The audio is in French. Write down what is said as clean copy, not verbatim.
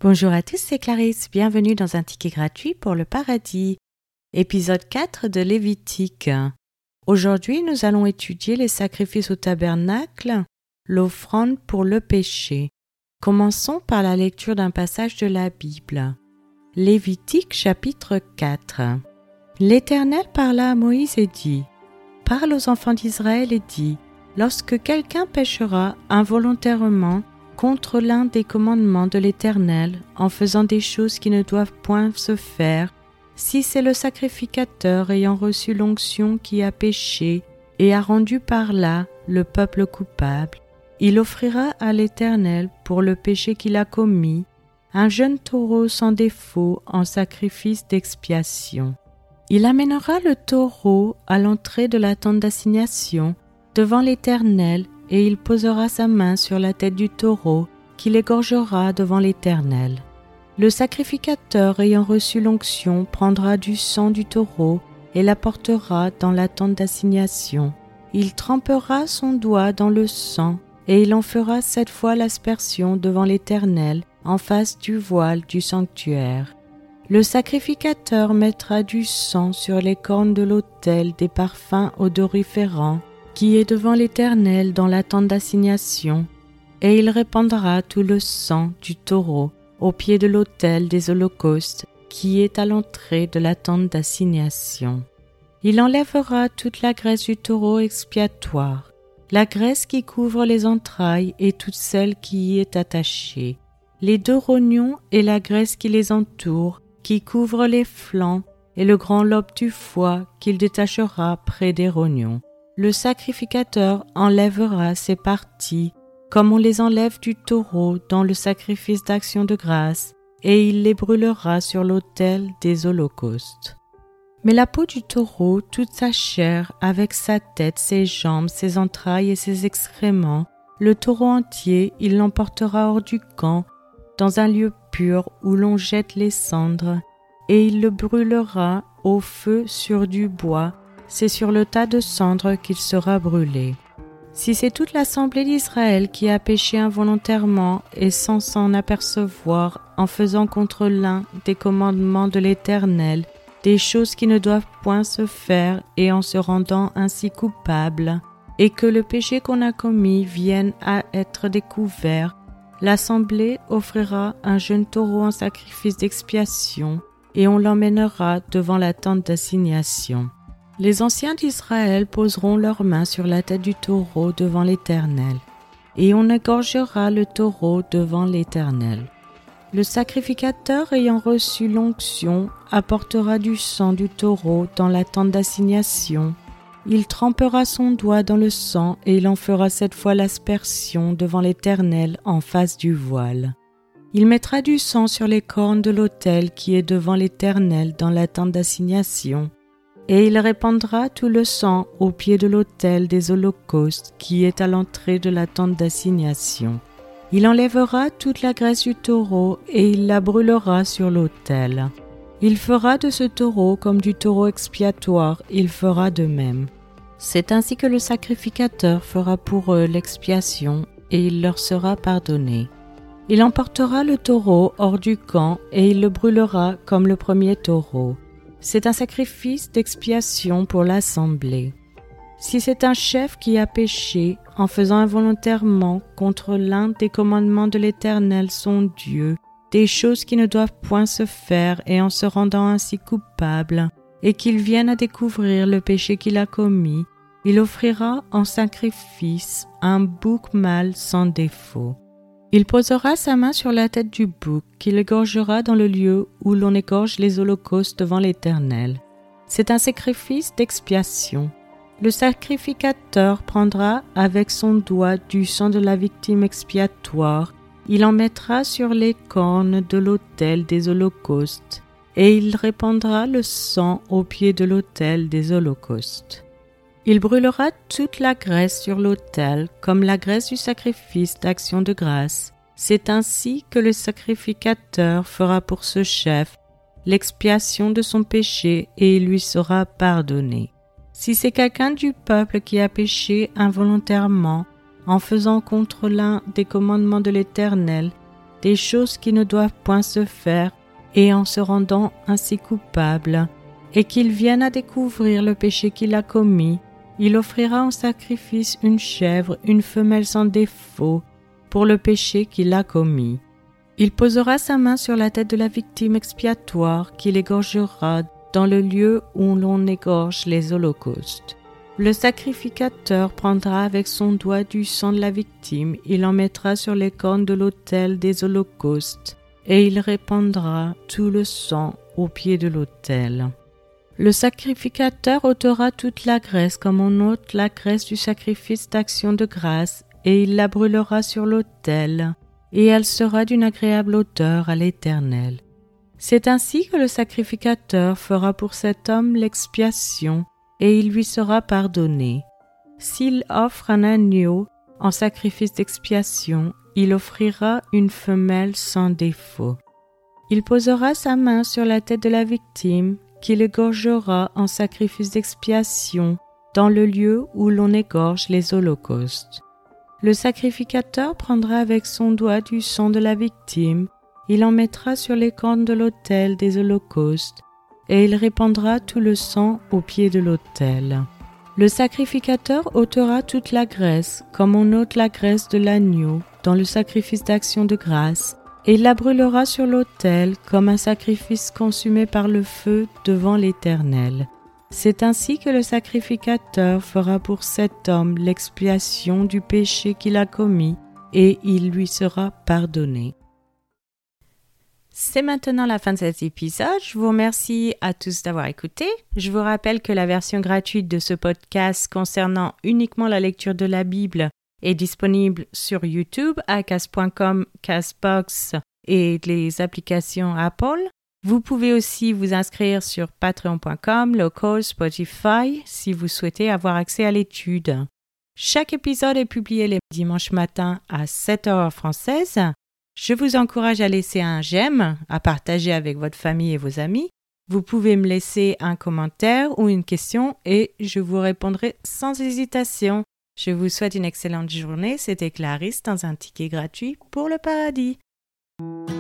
Bonjour à tous, c'est Clarisse, bienvenue dans un ticket gratuit pour le paradis, épisode 4 de Lévitique. Aujourd'hui, nous allons étudier les sacrifices au tabernacle, l'offrande pour le péché. Commençons par la lecture d'un passage de la Bible. Lévitique chapitre 4. L'Éternel parla à Moïse et dit : Parle aux enfants d'Israël et dis : Lorsque quelqu'un péchera involontairement contre l'un des commandements de l'Éternel, en faisant des choses qui ne doivent point se faire, si c'est le sacrificateur ayant reçu l'onction qui a péché et a rendu par là le peuple coupable, il offrira à l'Éternel pour le péché qu'il a commis un jeune taureau sans défaut en sacrifice d'expiation. Il amènera le taureau à l'entrée de la tente d'assignation devant l'Éternel et il posera sa main sur la tête du taureau qu'il égorgera devant l'Éternel. Le sacrificateur ayant reçu l'onction prendra du sang du taureau et l'apportera dans la tente d'assignation. Il trempera son doigt dans le sang et il en fera 7 fois l'aspersion devant l'Éternel en face du voile du sanctuaire. Le sacrificateur mettra du sang sur les cornes de l'autel des parfums odoriférants qui est devant l'Éternel dans la tente d'assignation, et il répandra tout le sang du taureau au pied de l'autel des holocaustes qui est à l'entrée de la tente d'assignation. Il enlèvera toute la graisse du taureau expiatoire, la graisse qui couvre les entrailles et toute celle qui y est attachée, les 2 rognons et la graisse qui les entoure, qui couvre les flancs, et le grand lobe du foie qu'il détachera près des rognons. Le sacrificateur enlèvera ces parties comme on les enlève du taureau dans le sacrifice d'action de grâce, et il les brûlera sur l'autel des holocaustes. Mais la peau du taureau, toute sa chair, avec sa tête, ses jambes, ses entrailles et ses excréments, le taureau entier, il l'emportera hors du camp, dans un lieu pur où l'on jette les cendres, et il le brûlera au feu sur du bois. C'est sur le tas de cendres qu'il sera brûlé. Si c'est toute l'assemblée d'Israël qui a péché involontairement et sans s'en apercevoir en faisant contre l'un des commandements de l'Éternel, des choses qui ne doivent point se faire et en se rendant ainsi coupable, et que le péché qu'on a commis vienne à être découvert, l'assemblée offrira un jeune taureau en sacrifice d'expiation et on l'emmènera devant la tente d'assignation. Les anciens d'Israël poseront leurs mains sur la tête du taureau devant l'Éternel, et on égorgera le taureau devant l'Éternel. Le sacrificateur ayant reçu l'onction apportera du sang du taureau dans la tente d'assignation. Il trempera son doigt dans le sang et il en fera 7 fois l'aspersion devant l'Éternel en face du voile. Il mettra du sang sur les cornes de l'autel qui est devant l'Éternel dans la tente d'assignation. Et il répandra tout le sang au pied de l'autel des holocaustes qui est à l'entrée de la tente d'assignation. Il enlèvera toute la graisse du taureau et il la brûlera sur l'autel. Il fera de ce taureau comme du taureau expiatoire, il fera de même. C'est ainsi que le sacrificateur fera pour eux l'expiation et il leur sera pardonné. Il emportera le taureau hors du camp et il le brûlera comme le premier taureau. C'est un sacrifice d'expiation pour l'assemblée. Si c'est un chef qui a péché en faisant involontairement contre l'un des commandements de l'Éternel son Dieu, des choses qui ne doivent point se faire et en se rendant ainsi coupable, et qu'il vienne à découvrir le péché qu'il a commis, il offrira en sacrifice un bouc mâle sans défaut. Il posera sa main sur la tête du bouc, qu'il égorgera dans le lieu où l'on égorge les holocaustes devant l'Éternel. C'est un sacrifice d'expiation. Le sacrificateur prendra avec son doigt du sang de la victime expiatoire, il en mettra sur les cornes de l'autel des holocaustes, et il répandra le sang au pied de l'autel des holocaustes. Il brûlera toute la graisse sur l'autel, comme la graisse du sacrifice d'action de grâce. C'est ainsi que le sacrificateur fera pour ce chef l'expiation de son péché et il lui sera pardonné. Si c'est quelqu'un du peuple qui a péché involontairement, en faisant contre l'un des commandements de l'Éternel, des choses qui ne doivent point se faire, et en se rendant ainsi coupable, et qu'il vienne à découvrir le péché qu'il a commis, il offrira en sacrifice une chèvre, une femelle sans défaut, pour le péché qu'il a commis. Il posera sa main sur la tête de la victime expiatoire qu'il égorgera dans le lieu où l'on égorge les holocaustes. Le sacrificateur prendra avec son doigt du sang de la victime, il en mettra sur les cornes de l'autel des holocaustes, et il répandra tout le sang au pied de l'autel. Le sacrificateur ôtera toute la graisse comme on ôte la graisse du sacrifice d'action de grâce, et il la brûlera sur l'autel, et elle sera d'une agréable odeur à l'Éternel. C'est ainsi que le sacrificateur fera pour cet homme l'expiation, et il lui sera pardonné. S'il offre un agneau en sacrifice d'expiation, il offrira une femelle sans défaut. Il posera sa main sur la tête de la victime, qu'il égorgera en sacrifice d'expiation dans le lieu où l'on égorge les holocaustes. Le sacrificateur prendra avec son doigt du sang de la victime, il en mettra sur les cornes de l'autel des holocaustes, et il répandra tout le sang au pied de l'autel. Le sacrificateur ôtera toute la graisse, comme on ôte la graisse de l'agneau, dans le sacrifice d'action de grâce, et il la brûlera sur l'autel comme un sacrifice consumé par le feu devant l'Éternel. C'est ainsi que le sacrificateur fera pour cet homme l'expiation du péché qu'il a commis, et il lui sera pardonné. C'est maintenant la fin de cet épisode. Je vous remercie à tous d'avoir écouté. Je vous rappelle que la version gratuite de ce podcast concernant uniquement la lecture de la Bible est disponible sur YouTube, acast.com, Castbox et les applications Apple. Vous pouvez aussi vous inscrire sur patreon.com, Local, Spotify si vous souhaitez avoir accès à l'étude. Chaque épisode est publié les dimanches matins à 7h française. Je vous encourage à laisser un j'aime, à partager avec votre famille et vos amis. Vous pouvez me laisser un commentaire ou une question et je vous répondrai sans hésitation. Je vous souhaite une excellente journée. C'était Clarisse dans un ticket gratuit pour le paradis.